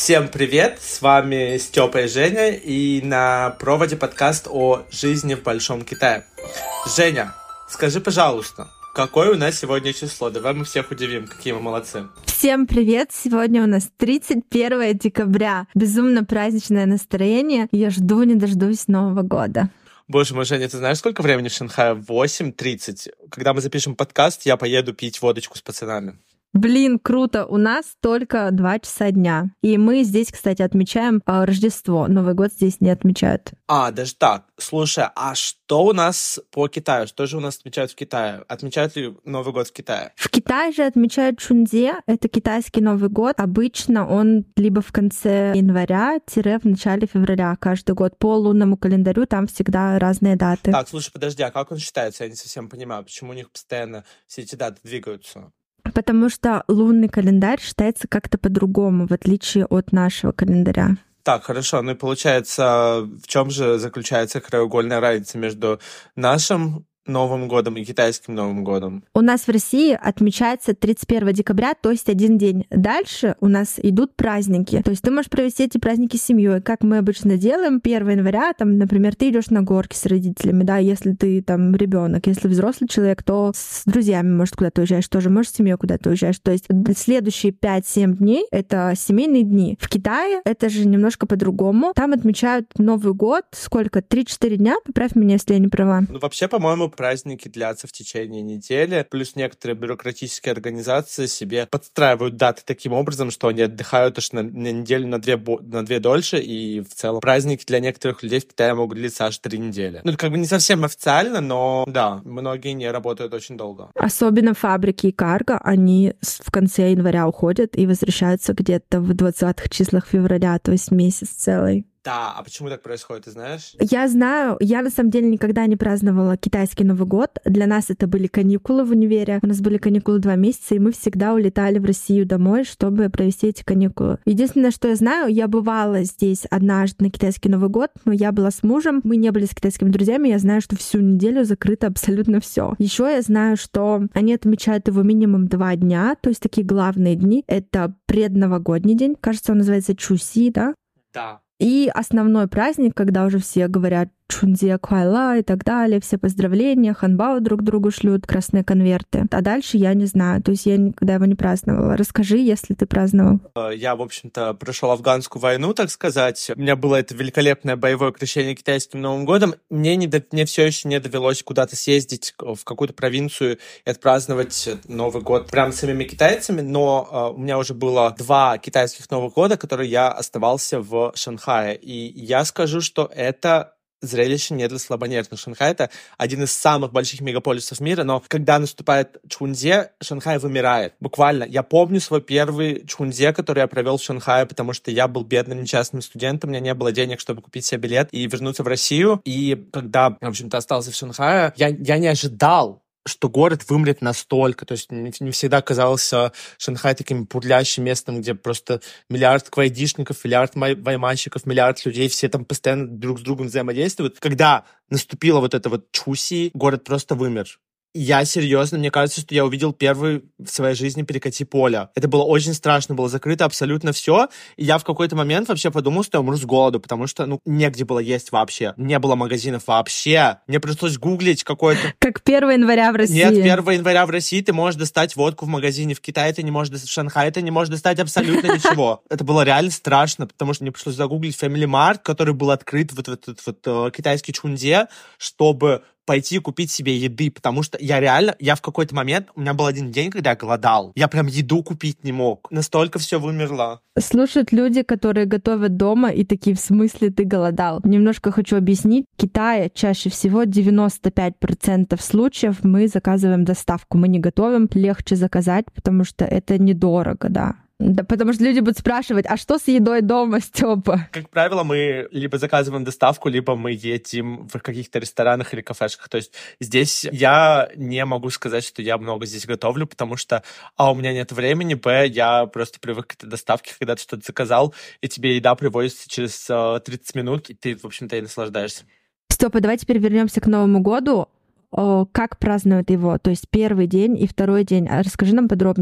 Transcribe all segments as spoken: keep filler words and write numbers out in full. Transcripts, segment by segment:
Всем привет, с вами Степа и Женя, и на проводе подкаст о жизни в Большом Китае. Женя, скажи, пожалуйста, какое у нас сегодня число? Давай мы всех удивим, какие мы молодцы. Всем привет! Сегодня у нас тридцать первое декабря. Безумно праздничное настроение. Я жду не дождусь Нового года. Боже мой, Женя, ты знаешь, сколько времени в Шанхае? восемь тридцать. Когда мы запишем подкаст, я поеду пить водочку с пацанами. Блин, круто! У нас только два часа дня. И мы здесь, кстати, отмечаем э, Рождество. Новый год здесь не отмечают. А, даже так. Слушай, а что у нас по Китаю? Что же у нас отмечают в Китае? Отмечают ли Новый год в Китае? В Китае же отмечают Чунцзе. Это китайский Новый год. Обычно он либо в конце января-в начале февраля. Каждый год по лунному календарю там всегда разные даты. Так, слушай, подожди, а как он считается? Я не совсем понимаю, почему у них постоянно все эти даты двигаются? Потому что лунный календарь считается как-то по-другому, в отличие от нашего календаря. Так, хорошо. Ну и получается, в чем же заключается краеугольная разница между нашим Новым годом и китайским Новым годом? У нас в России отмечается тридцать первого декабря, то есть один день. Дальше у нас идут праздники. То есть ты можешь провести эти праздники с семьей, как мы обычно делаем. первого января, там, например, ты идешь на горки с родителями, да, если ты там ребенок, если взрослый человек, то с друзьями, может, куда-то уезжаешь, тоже можешь с семьей куда-то уезжаешь. То есть следующие пять-семь дней — это семейные дни. В Китае это же немножко по-другому. Там отмечают Новый год, сколько? три-четыре дня? Поправь меня, если я не права. Ну, вообще, по-моему, праздники длятся в течение недели, плюс некоторые бюрократические организации себе подстраивают даты таким образом, что они отдыхают аж на, на неделю, на две, на две дольше, и в целом праздники для некоторых людей в Китае могут длиться аж три недели. Ну, как бы не совсем официально, но да, многие не работают очень долго. Особенно фабрики и карго, они в конце января уходят и возвращаются где-то в двадцатых числах февраля, то есть месяц целый. Да, а почему так происходит, ты знаешь? Я знаю, я на самом деле никогда не праздновала китайский Новый год. Для нас это были каникулы в универе. У нас были каникулы два месяца, и мы всегда улетали в Россию домой, чтобы провести эти каникулы. Единственное, что я знаю, я бывала здесь однажды на китайский Новый год, но я была с мужем, мы не были с китайскими друзьями, я знаю, что всю неделю закрыто абсолютно все. Еще я знаю, что они отмечают его минимум два дня, то есть такие главные дни. Это предновогодний день, кажется, он называется Чуси, да? Да. И основной праздник, когда уже все говорят Чунцзе Куайла и так далее, все поздравления, ханбао друг другу шлют, красные конверты. А дальше я не знаю, то есть я никогда его не праздновала. Расскажи, если ты праздновал. Я, в общем-то, прошел афганскую войну, так сказать. У меня было это великолепное боевое крещение китайским Новым годом. Мне, не до... Мне все еще не довелось куда-то съездить в какую-то провинцию и отпраздновать Новый год прям с самими китайцами, но uh, у меня уже было два китайских Новых года, которые я оставался в Шанхае. И я скажу, что это зрелище не для слабонервных. Шанхай — это один из самых больших мегаполисов мира, но когда наступает Чунцзе, Шанхай вымирает. Буквально. Я помню свой первый Чунцзе, который я провел в Шанхае, потому что я был бедным несчастным студентом, у меня не было денег, чтобы купить себе билет и вернуться в Россию. И когда, в общем-то, остался в Шанхае, я, я не ожидал, что город вымрет настолько. То есть не всегда казался Шанхай таким бурлящим местом, где просто миллиард квайдишников, миллиард вайманщиков, миллиард людей, все там постоянно друг с другом взаимодействуют. Когда наступила вот эта вот Чуси, город просто вымер. Я серьезно, мне кажется, что я увидел первый в своей жизни перекати поля. Это было очень страшно, было закрыто абсолютно все. И я в какой-то момент вообще подумал, что я умру с голоду, потому что, ну, негде было есть вообще. Не было магазинов вообще. Мне пришлось гуглить какой-то... Как первого января в России. Нет, первого января в России ты можешь достать водку в магазине. В Китае ты не можешь достать, в Шанхае ты не можешь достать абсолютно ничего. Это было реально страшно, потому что мне пришлось загуглить Family Mart, который был открыт, вот этот вот китайский Чунцзе, чтобы пойти купить себе еды, потому что я реально, я в какой-то момент, у меня был один день, когда я голодал. Я прям еду купить не мог. Настолько все вымерло. Слушают люди, которые готовят дома, и такие, в смысле ты голодал? Немножко хочу объяснить. В Китае чаще всего девяносто пять процентов случаев мы заказываем доставку. Мы не готовим, легче заказать, потому что это недорого, да. Да, потому что люди будут спрашивать, а что с едой дома, Стёпа? Как правило, мы либо заказываем доставку, либо мы едим в каких-то ресторанах или кафешках. То есть здесь я не могу сказать, что я много здесь готовлю, потому что, а, у меня нет времени, б, я просто привык к этой доставке, когда ты что-то заказал, и тебе еда привозится через э, тридцать минут, и ты, в общем-то, и наслаждаешься. Стёпа, давай теперь вернемся к Новому году. О, как празднуют его? То есть первый день и второй день. Расскажи нам подробнее.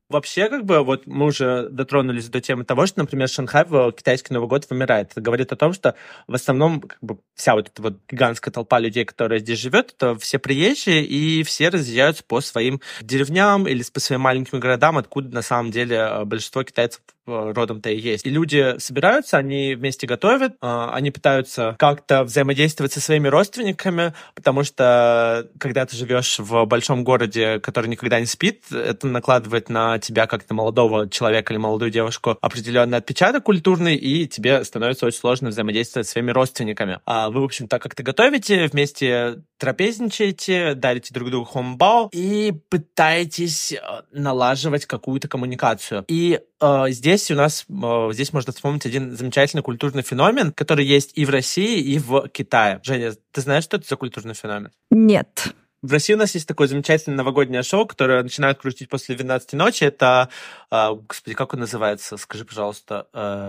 Вообще, как бы, вот мы уже дотронулись до темы того, что, например, Шанхай в китайский Новый год вымирает. Это говорит о том, что в основном как бы вся вот эта вот гигантская толпа людей, которая здесь живет, это все приезжие, и все разъезжаются по своим деревням или по своим маленьким городам, откуда на самом деле большинство китайцев родом-то и есть. И люди собираются, они вместе готовят, они пытаются как-то взаимодействовать со своими родственниками, потому что когда ты живешь в большом городе, который никогда не спит, это накладывает на тебя как-то молодого человека или молодую девушку определенный отпечаток культурный, и тебе становится очень сложно взаимодействовать со своими родственниками. А вы, в общем-то, как-то готовите, вместе трапезничаете, дарите друг другу хомбао и пытаетесь налаживать какую-то коммуникацию. И э, здесь у нас, э, здесь можно вспомнить один замечательный культурный феномен, который есть и в России, и в Китае. Женя, ты знаешь, что это за культурный феномен? Нет. В России у нас есть такое замечательное новогоднее шоу, которое начинают крутить после двенадцати ночи. Это, э, господи, как он называется? Скажи, пожалуйста.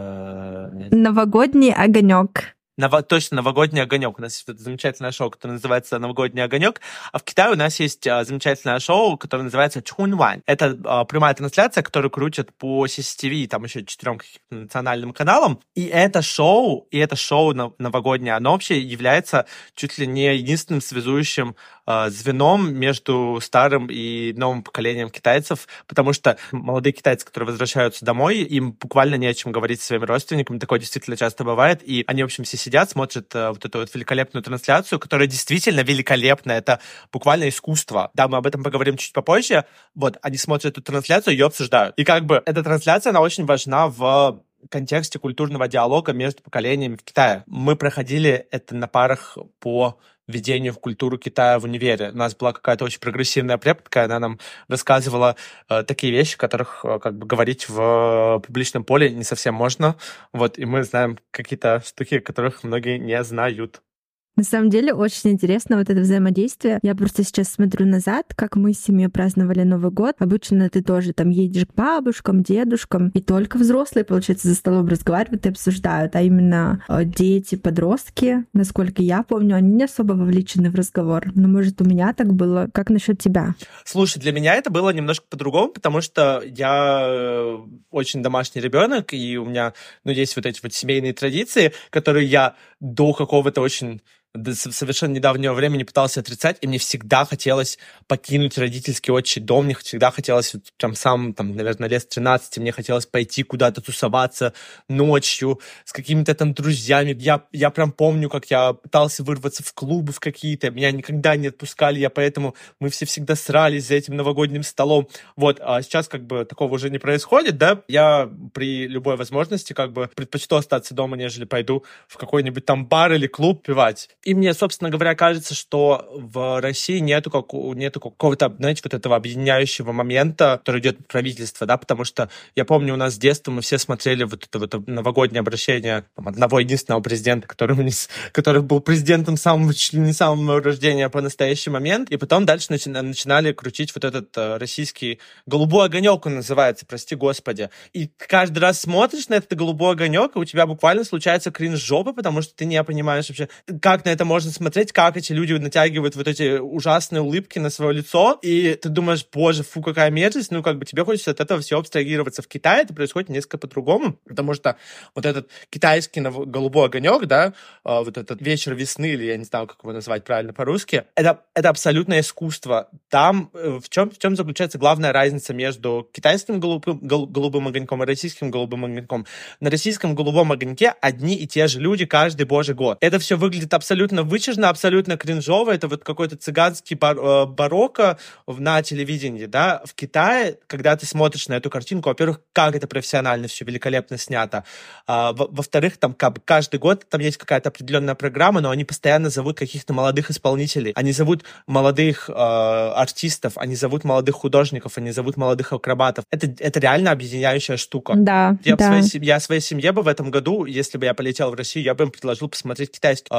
Э, Новогодний огонек. Ново, точно, новогодний огонек. У нас есть это замечательное шоу, которое называется «Новогодний огонек». А в Китае у нас есть а, замечательное шоу, которое называется «Чунвань». Это а, прямая трансляция, которую крутят по си си ти ви, там еще четырем каким-то национальным каналам. И это шоу, и это шоу новогоднее, оно вообще является чуть ли не единственным связующим а, звеном между старым и новым поколением китайцев, потому что молодые китайцы, которые возвращаются домой, им буквально не о чем говорить со своими родственниками. Такое действительно часто бывает. И они, в общем, все сидят, смотрят э, вот эту вот великолепную трансляцию, которая действительно великолепна. Это буквально искусство. Да, мы об этом поговорим чуть попозже. Вот, они смотрят эту трансляцию, ее обсуждают. И как бы эта трансляция, она очень важна в контексте культурного диалога между поколениями в Китае. Мы проходили это на парах по введению в культуру Китая в универе. У нас была какая-то очень прогрессивная преподка, она нам рассказывала э, такие вещи, которых э, как бы говорить в э, публичном поле не совсем можно. Вот, и мы знаем какие-то штуки, которых многие не знают. На самом деле очень интересно вот это взаимодействие. Я просто сейчас смотрю назад, как мы с семьей праздновали Новый год. Обычно ты тоже там едешь к бабушкам, дедушкам, и только взрослые, получается, за столом разговаривают и обсуждают. А именно дети, подростки, насколько я помню, они не особо вовлечены в разговор. Но, может, у меня так было. Как насчет тебя? Слушай, для меня это было немножко по-другому, потому что я очень домашний ребенок, и у меня, ну, есть вот эти вот семейные традиции, которые я до какого-то очень до совершенно недавнего времени пытался отрицать, и мне всегда хотелось покинуть родительский отчий дом, мне всегда хотелось, вот, там, сам, там, наверное, лет с тринадцати, мне хотелось пойти куда-то тусоваться ночью с какими-то там друзьями. Я, я прям помню, как я пытался вырваться в клубы в какие-то, меня никогда не отпускали, я поэтому мы все всегда срались за этим новогодним столом. Вот, а сейчас как бы такого уже не происходит, да, я при любой возможности как бы предпочту остаться дома, нежели пойду в какой-нибудь там бар или клуб пивать. И мне, собственно говоря, кажется, что в России нету, как, нету какого-то, знаете, вот этого объединяющего момента, который идет от правительства, да, потому что я помню, у нас с детства мы все смотрели вот это вот новогоднее обращение там, одного единственного президента, который, который был президентом самого, чуть ли не самого рождения по настоящий момент, и потом дальше начи- начинали крутить вот этот uh, российский голубой огонек, он называется, прости господи. И каждый раз смотришь на этот голубой огонек, и у тебя буквально случается кринж жопы, потому что ты не понимаешь вообще, как на это можно смотреть, как эти люди натягивают вот эти ужасные улыбки на свое лицо, и ты думаешь, боже, фу, какая мерзость, ну, как бы тебе хочется от этого всего абстрагироваться. В Китае это происходит несколько по-другому, потому что вот этот китайский голубой огонек, да, вот этот вечер весны, или я не знаю, как его назвать правильно по-русски, это, это абсолютное искусство. Там в чем, в чем заключается главная разница между китайским голубым, голубым огоньком и российским голубым огоньком? На российском голубом огоньке одни и те же люди каждый божий год. Это все выглядит абсолютно вычурно, абсолютно кринжово. Это вот какой-то цыганский бар- барокко на телевидении, да. В Китае, когда ты смотришь на эту картинку, во-первых, как это профессионально все великолепно снято. А, во-вторых, там как бы каждый год там есть какая-то определенная программа, но они постоянно зовут каких-то молодых исполнителей. Они зовут молодых э, артистов, они зовут молодых художников, они зовут молодых акробатов. Это, это реально объединяющая штука. Да, я, да. В своей, я своей семье бы в этом году, если бы я полетел в Россию, я бы им предложил посмотреть китайский э, голубой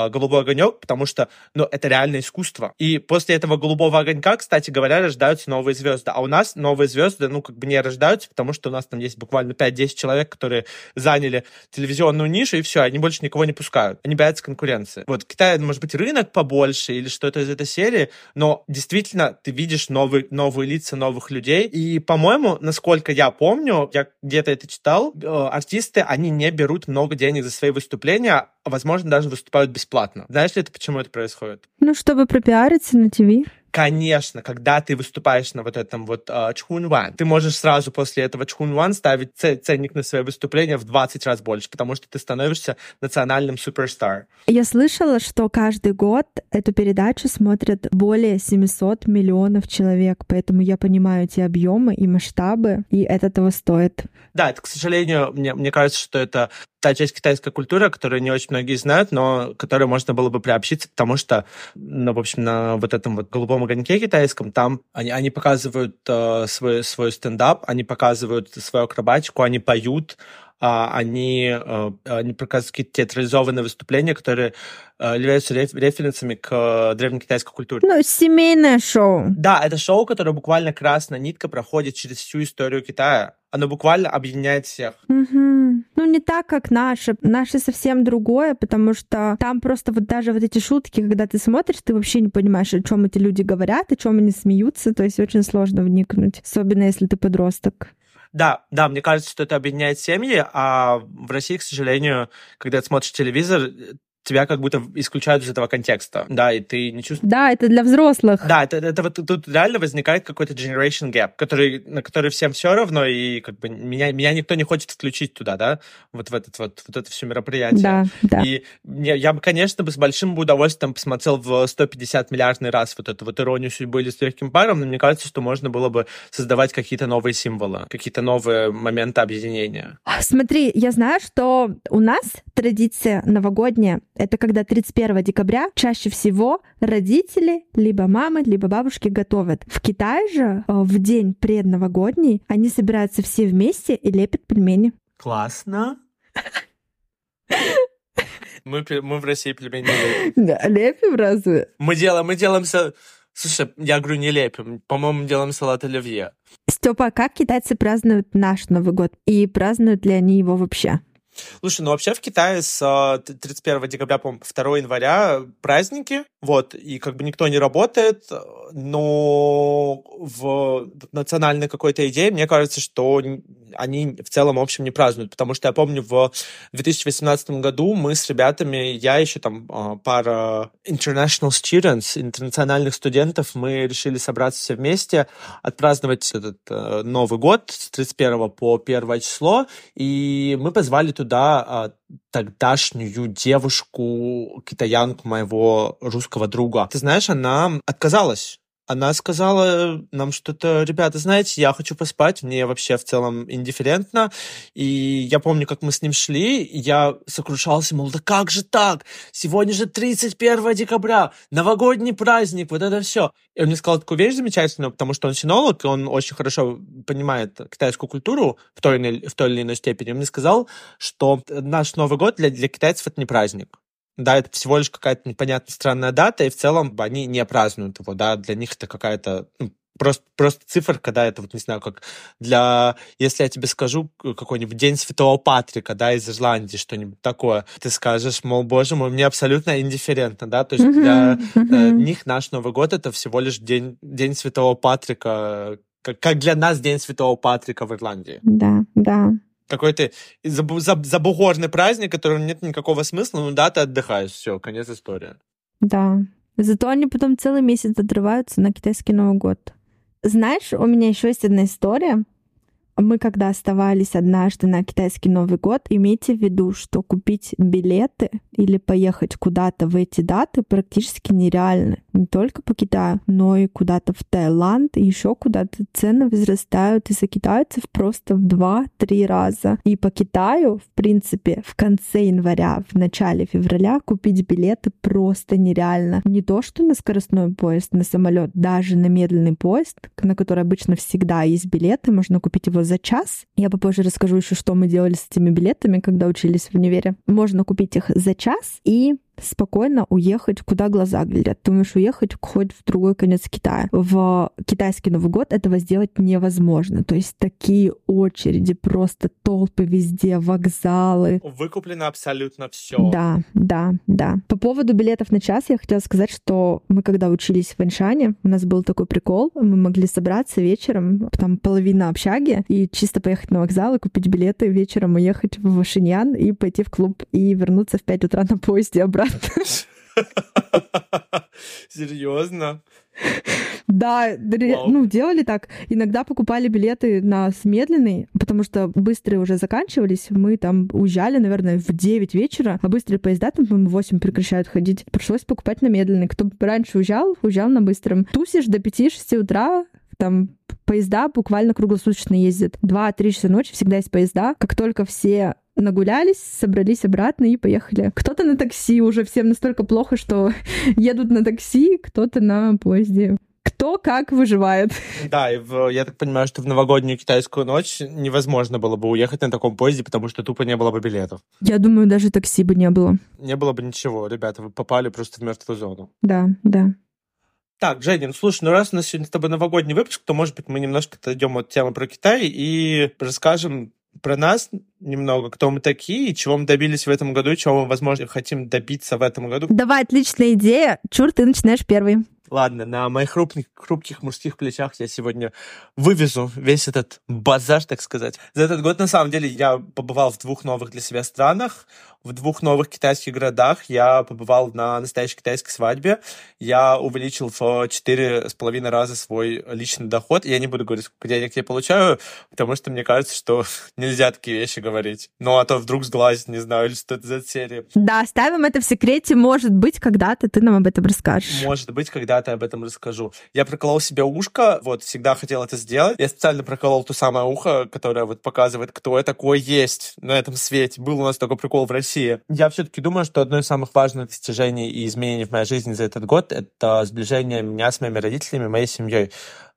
огонек, потому что, ну, это реальное искусство. И после этого голубого огонька, кстати говоря, рождаются новые звезды. А у нас новые звезды, ну, как бы не рождаются, потому что у нас там есть буквально пять-десять человек, которые заняли телевизионную нишу, и все, они больше никого не пускают. Они боятся конкуренции. Вот в Китае, может быть, рынок побольше или что-то из этой серии, но действительно ты видишь новые, новые лица новых людей. И, по-моему, насколько я помню, я где-то это читал, артисты, они не берут много денег за свои выступления, а, возможно, даже выступают бесплатно. Знаешь ли ты, почему это происходит? Ну, чтобы пропиариться на ТВ. Конечно, когда ты выступаешь на вот этом вот uh, Чхунван, ты можешь сразу после этого Чхунван ставить ценник на свое выступление в двадцать раз больше, потому что ты становишься национальным суперстар. Я слышала, что каждый год эту передачу смотрят более семьсот миллионов человек, поэтому я понимаю эти объемы и масштабы, и это того стоит. Да, это, к сожалению, мне, мне кажется, что это та часть китайской культуры, которую не очень многие знают, но к которой можно было бы приобщиться, потому что, ну, в общем, на вот этом вот голубом огоньке китайском, там они, они показывают э, свой, свой стендап, они показывают свою акробатику, они поют, э, они, э, они показывают какие-то театрализованные выступления, которые э, являются реф- референсами к э, древнекитайской культуре. Ну, семейное шоу. Да, это шоу, которое буквально красная нитка проходит через всю историю Китая. Оно буквально объединяет всех. Угу. Ну, не так, как наши. Наши совсем другое, потому что там просто вот даже вот эти шутки, когда ты смотришь, ты вообще не понимаешь, о чем эти люди говорят, о чем они смеются, то есть очень сложно вникнуть, особенно если ты подросток. Да, да, мне кажется, что это объединяет семьи, а в России, к сожалению, когда ты смотришь телевизор, тебя как будто исключают из этого контекста, да, и ты не чувствуешь... Да, это для взрослых. Да, это, это вот тут реально возникает какой-то generation gap, который, на который всем все равно, и как бы меня, меня никто не хочет включить туда, да, вот в этот вот, вот это все мероприятие. Да, да. И я, я бы, конечно, бы с большим удовольствием посмотрел в сто пятьдесят миллиардный раз вот эту вот иронию судьбы или с легким паром, но мне кажется, что можно было бы создавать какие-то новые символы, какие-то новые моменты объединения. Смотри, я знаю, что у нас традиция новогодняя — это когда тридцать первого декабря чаще всего родители, либо мамы, либо бабушки готовят. В Китае же в день предновогодний они собираются все вместе и лепят пельмени. Классно. Мы, мы в России пельмени лепим. Да, лепим разве? Мы делаем, мы делаем... Со... Слушай, я говорю, не лепим. По-моему, делаем салат оливье. Степа, как китайцы празднуют наш Новый год? И празднуют ли они его вообще? Слушай, ну вообще в Китае с тридцать первого декабря, по-моему, по второго января праздники, вот, и как бы никто не работает, но в национальной какой-то идее, мне кажется, что они в целом, в общем, не празднуют, потому что я помню, в две тысячи восемнадцатом году мы с ребятами, я еще там пара international students, интернациональных студентов, мы решили собраться все вместе, отпраздновать этот э, Новый год с тридцать первого по первое число, и мы позвали туда да, тогдашнюю девушку, китаянку моего русского друга. Ты знаешь, она отказалась. Она сказала нам что-то: ребята, знаете, я хочу поспать, мне вообще в целом индифферентно. И я помню, как мы с ним шли, я сокрушался, мол, да как же так? Сегодня же тридцать первого декабря, новогодний праздник, вот это все. И он мне сказал такую вещь замечательную, потому что он синолог, и он очень хорошо понимает китайскую культуру в той или, в той или иной степени. Он мне сказал, что наш Новый год для, для китайцев это не праздник. Да, это всего лишь какая-то непонятная странная дата, и в целом они не празднуют его, да, для них это какая-то, ну, просто, просто циферка, да, это вот, не знаю, как для, если я тебе скажу какой-нибудь День Святого Патрика, да, из Ирландии, что-нибудь такое, ты скажешь, мол, боже мой, мне абсолютно индифферентно, да, то есть uh-huh, для uh-huh. Э, них наш Новый год это всего лишь День, День Святого Патрика, как, как для нас День Святого Патрика в Ирландии. Да, да. Какой-то забугорный праздник, которому нет никакого смысла, ну да, ты отдыхаешь, все, конец истории. Да. Зато они потом целый месяц отрываются на китайский Новый год. Знаешь, у меня еще есть одна история. Мы когда оставались однажды на китайский Новый год, имейте в виду, что купить билеты или поехать куда-то в эти даты практически нереально. Не только по Китаю, но и куда-то в Таиланд, и еще куда-то цены возрастают из-за китайцев просто в два-три раза. И по Китаю, в принципе, в конце января, в начале февраля купить билеты просто нереально. Не то, что на скоростной поезд, на самолет, даже на медленный поезд, на который обычно всегда есть билеты, можно купить его за час. Я попозже расскажу еще, что мы делали с этими билетами, когда учились в универе. Можно купить их за час, и спокойно уехать, куда глаза глядят. Ты можешь уехать хоть в другой конец Китая. В китайский Новый год этого сделать невозможно. То есть такие очереди, просто толпы везде, вокзалы. Выкуплено абсолютно все. Да, да, да. По поводу билетов на час я хотела сказать, что мы когда учились в Вэньшане, у нас был такой прикол, мы могли собраться вечером, там половина общаги, и чисто поехать на вокзал и купить билеты, вечером уехать в Шиньян и пойти в клуб, и вернуться в пять утра на поезде обратно. Серьезно? Да, Вау. ну, делали так. Иногда покупали билеты на медленный, потому что быстрые уже заканчивались. Мы там уезжали, наверное, в девять вечера, а быстрые поезда там, по-моему, в восемь прекращают ходить. Пришлось покупать на медленный. Кто раньше уезжал, уезжал на быстром. Тусишь до пяти-шести утра, там поезда буквально круглосуточно ездят. два-три часа ночи всегда есть поезда. Как только все нагулялись, собрались обратно и поехали. Кто-то на такси, уже всем настолько плохо, что едут на такси, кто-то на поезде. Кто как выживает. Да, и в, я так понимаю, что в новогоднюю китайскую ночь невозможно было бы уехать на таком поезде, потому что тупо не было бы билетов. Я думаю, даже такси бы не было. Не было бы ничего, ребята, вы попали просто в мертвую зону. Да, да. Так, Женя, ну слушай, ну раз у нас сегодня с тобой новогодний выпуск, то, может быть, мы немножко отойдем от темы про Китай и расскажем про нас немного, кто мы такие, чего мы добились в этом году, чего мы, возможно, хотим добиться в этом году. Давай, отличная идея. Чур, ты начинаешь первый. Ладно, на моих хрупких, хрупких мужских плечах я сегодня вывезу весь этот базар, так сказать. За этот год, на самом деле, я побывал в двух новых для себя странах, в двух новых китайских городах. Я побывал на настоящей китайской свадьбе. Я увеличил в четыре с половиной раза свой личный доход. Я не буду говорить, сколько денег я получаю, потому что мне кажется, что нельзя такие вещи говорить. Ну, а то вдруг сглазить, не знаю, или что-то за серии. Да, оставим это в секрете. Может быть, когда-то ты нам об этом расскажешь. Может быть, когда-то об этом расскажу. Я проколол себе ушко, вот, всегда хотел это сделать. Я специально проколол то самое ухо, которое вот показывает, кто я такой есть на этом свете. Был у нас такой прикол в России. Я все-таки думаю, что одно из самых важных достижений и изменений в моей жизни за этот год — это сближение меня с моими родителями, моей семьей.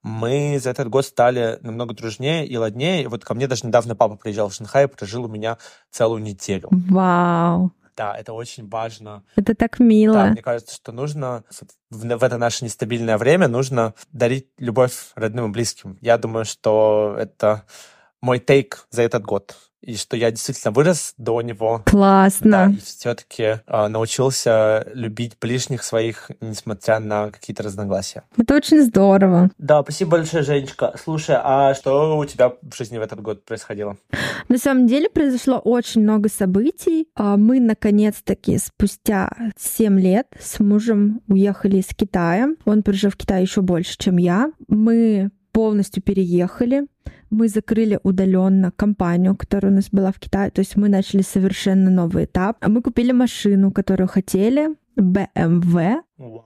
Мы за этот год стали намного дружнее и ладнее. И вот ко мне даже недавно папа приезжал в Шанхай и прожил у меня целую неделю. Вау! Да, это очень важно. Это так мило. Да, мне кажется, что нужно в, в это наше нестабильное время нужно дарить любовь родным и близким. Я думаю, что это мой тейк за этот год. И что я действительно вырос до него. Классно. Да, и все-таки э, научился любить ближних своих, несмотря на какие-то разногласия. Это очень здорово. Да, спасибо большое, Женечка. Слушай, а что у тебя в жизни в этот год происходило? На самом деле произошло очень много событий. Мы, наконец-таки, спустя семь лет с мужем уехали из Китая. Он прожил в Китае еще больше, чем я. Мы полностью переехали. Мы закрыли удаленно компанию, которая у нас была в Китае. То есть мы начали совершенно новый этап. Мы купили машину, которую хотели, бэ эм вэ. Wow.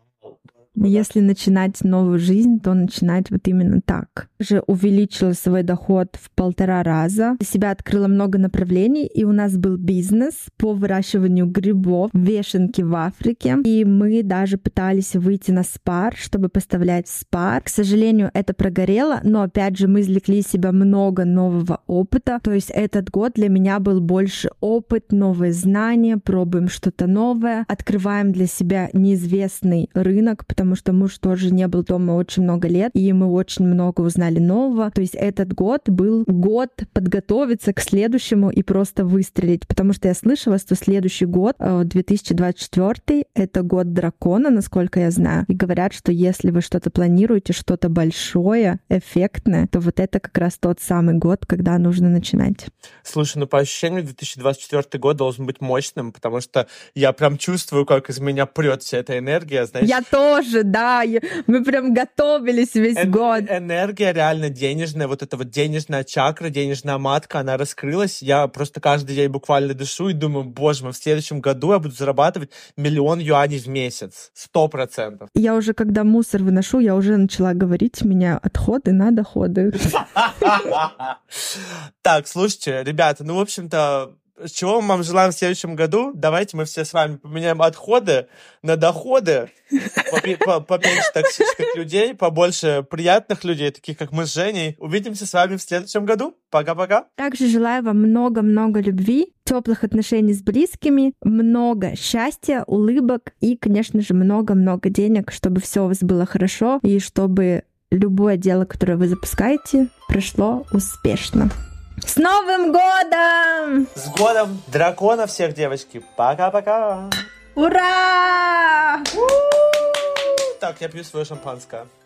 Если начинать новую жизнь, то начинать вот именно так. Уже увеличила свой доход в полтора раза. Для себя открыла много направлений, и у нас был бизнес по выращиванию грибов, вешенки в Африке. И мы даже пытались выйти на спар, чтобы поставлять в спар. К сожалению, это прогорело, но опять же мы извлекли из себя много нового опыта. То есть этот год для меня был больше опыт, новые знания, пробуем что-то новое, открываем для себя неизвестный рынок, потому потому что муж тоже не был дома очень много лет, и мы очень много узнали нового. То есть этот год был год подготовиться к следующему и просто выстрелить, потому что я слышала, что следующий год, две тысячи двадцать четвёртый, это год дракона, насколько я знаю, и говорят, что если вы что-то планируете, что-то большое, эффектное, то вот это как раз тот самый год, когда нужно начинать. Слушай, ну по ощущению две тысячи двадцать четвёртый год должен быть мощным, потому что я прям чувствую, как из меня прет вся эта энергия, знаешь. Я тоже, да, я... мы прям готовились весь Эн- год. Энергия реально денежная, вот эта вот денежная чакра, денежная матка, она раскрылась. Я просто каждый день буквально дышу и думаю, боже мой, в следующем году я буду зарабатывать миллион юаней в месяц. Сто процентов. Я уже, когда мусор выношу, я уже начала говорить, у меня отходы на доходы. Так, слушайте, ребята, ну, в общем-то, чего мы вам желаем в следующем году? Давайте мы все с вами поменяем отходы на доходы, поменьше токсичных людей, побольше приятных людей, таких как мы с Женей. Увидимся с вами в следующем году. Пока-пока. Также желаю вам много-много любви, теплых отношений с близкими, много счастья, улыбок и, конечно же, много-много денег, чтобы все у вас было хорошо и чтобы любое дело, которое вы запускаете, прошло успешно. С Новым годом! С годом дракона всех, девочки! Пока-пока! Ура! Так, я пью свое шампанское.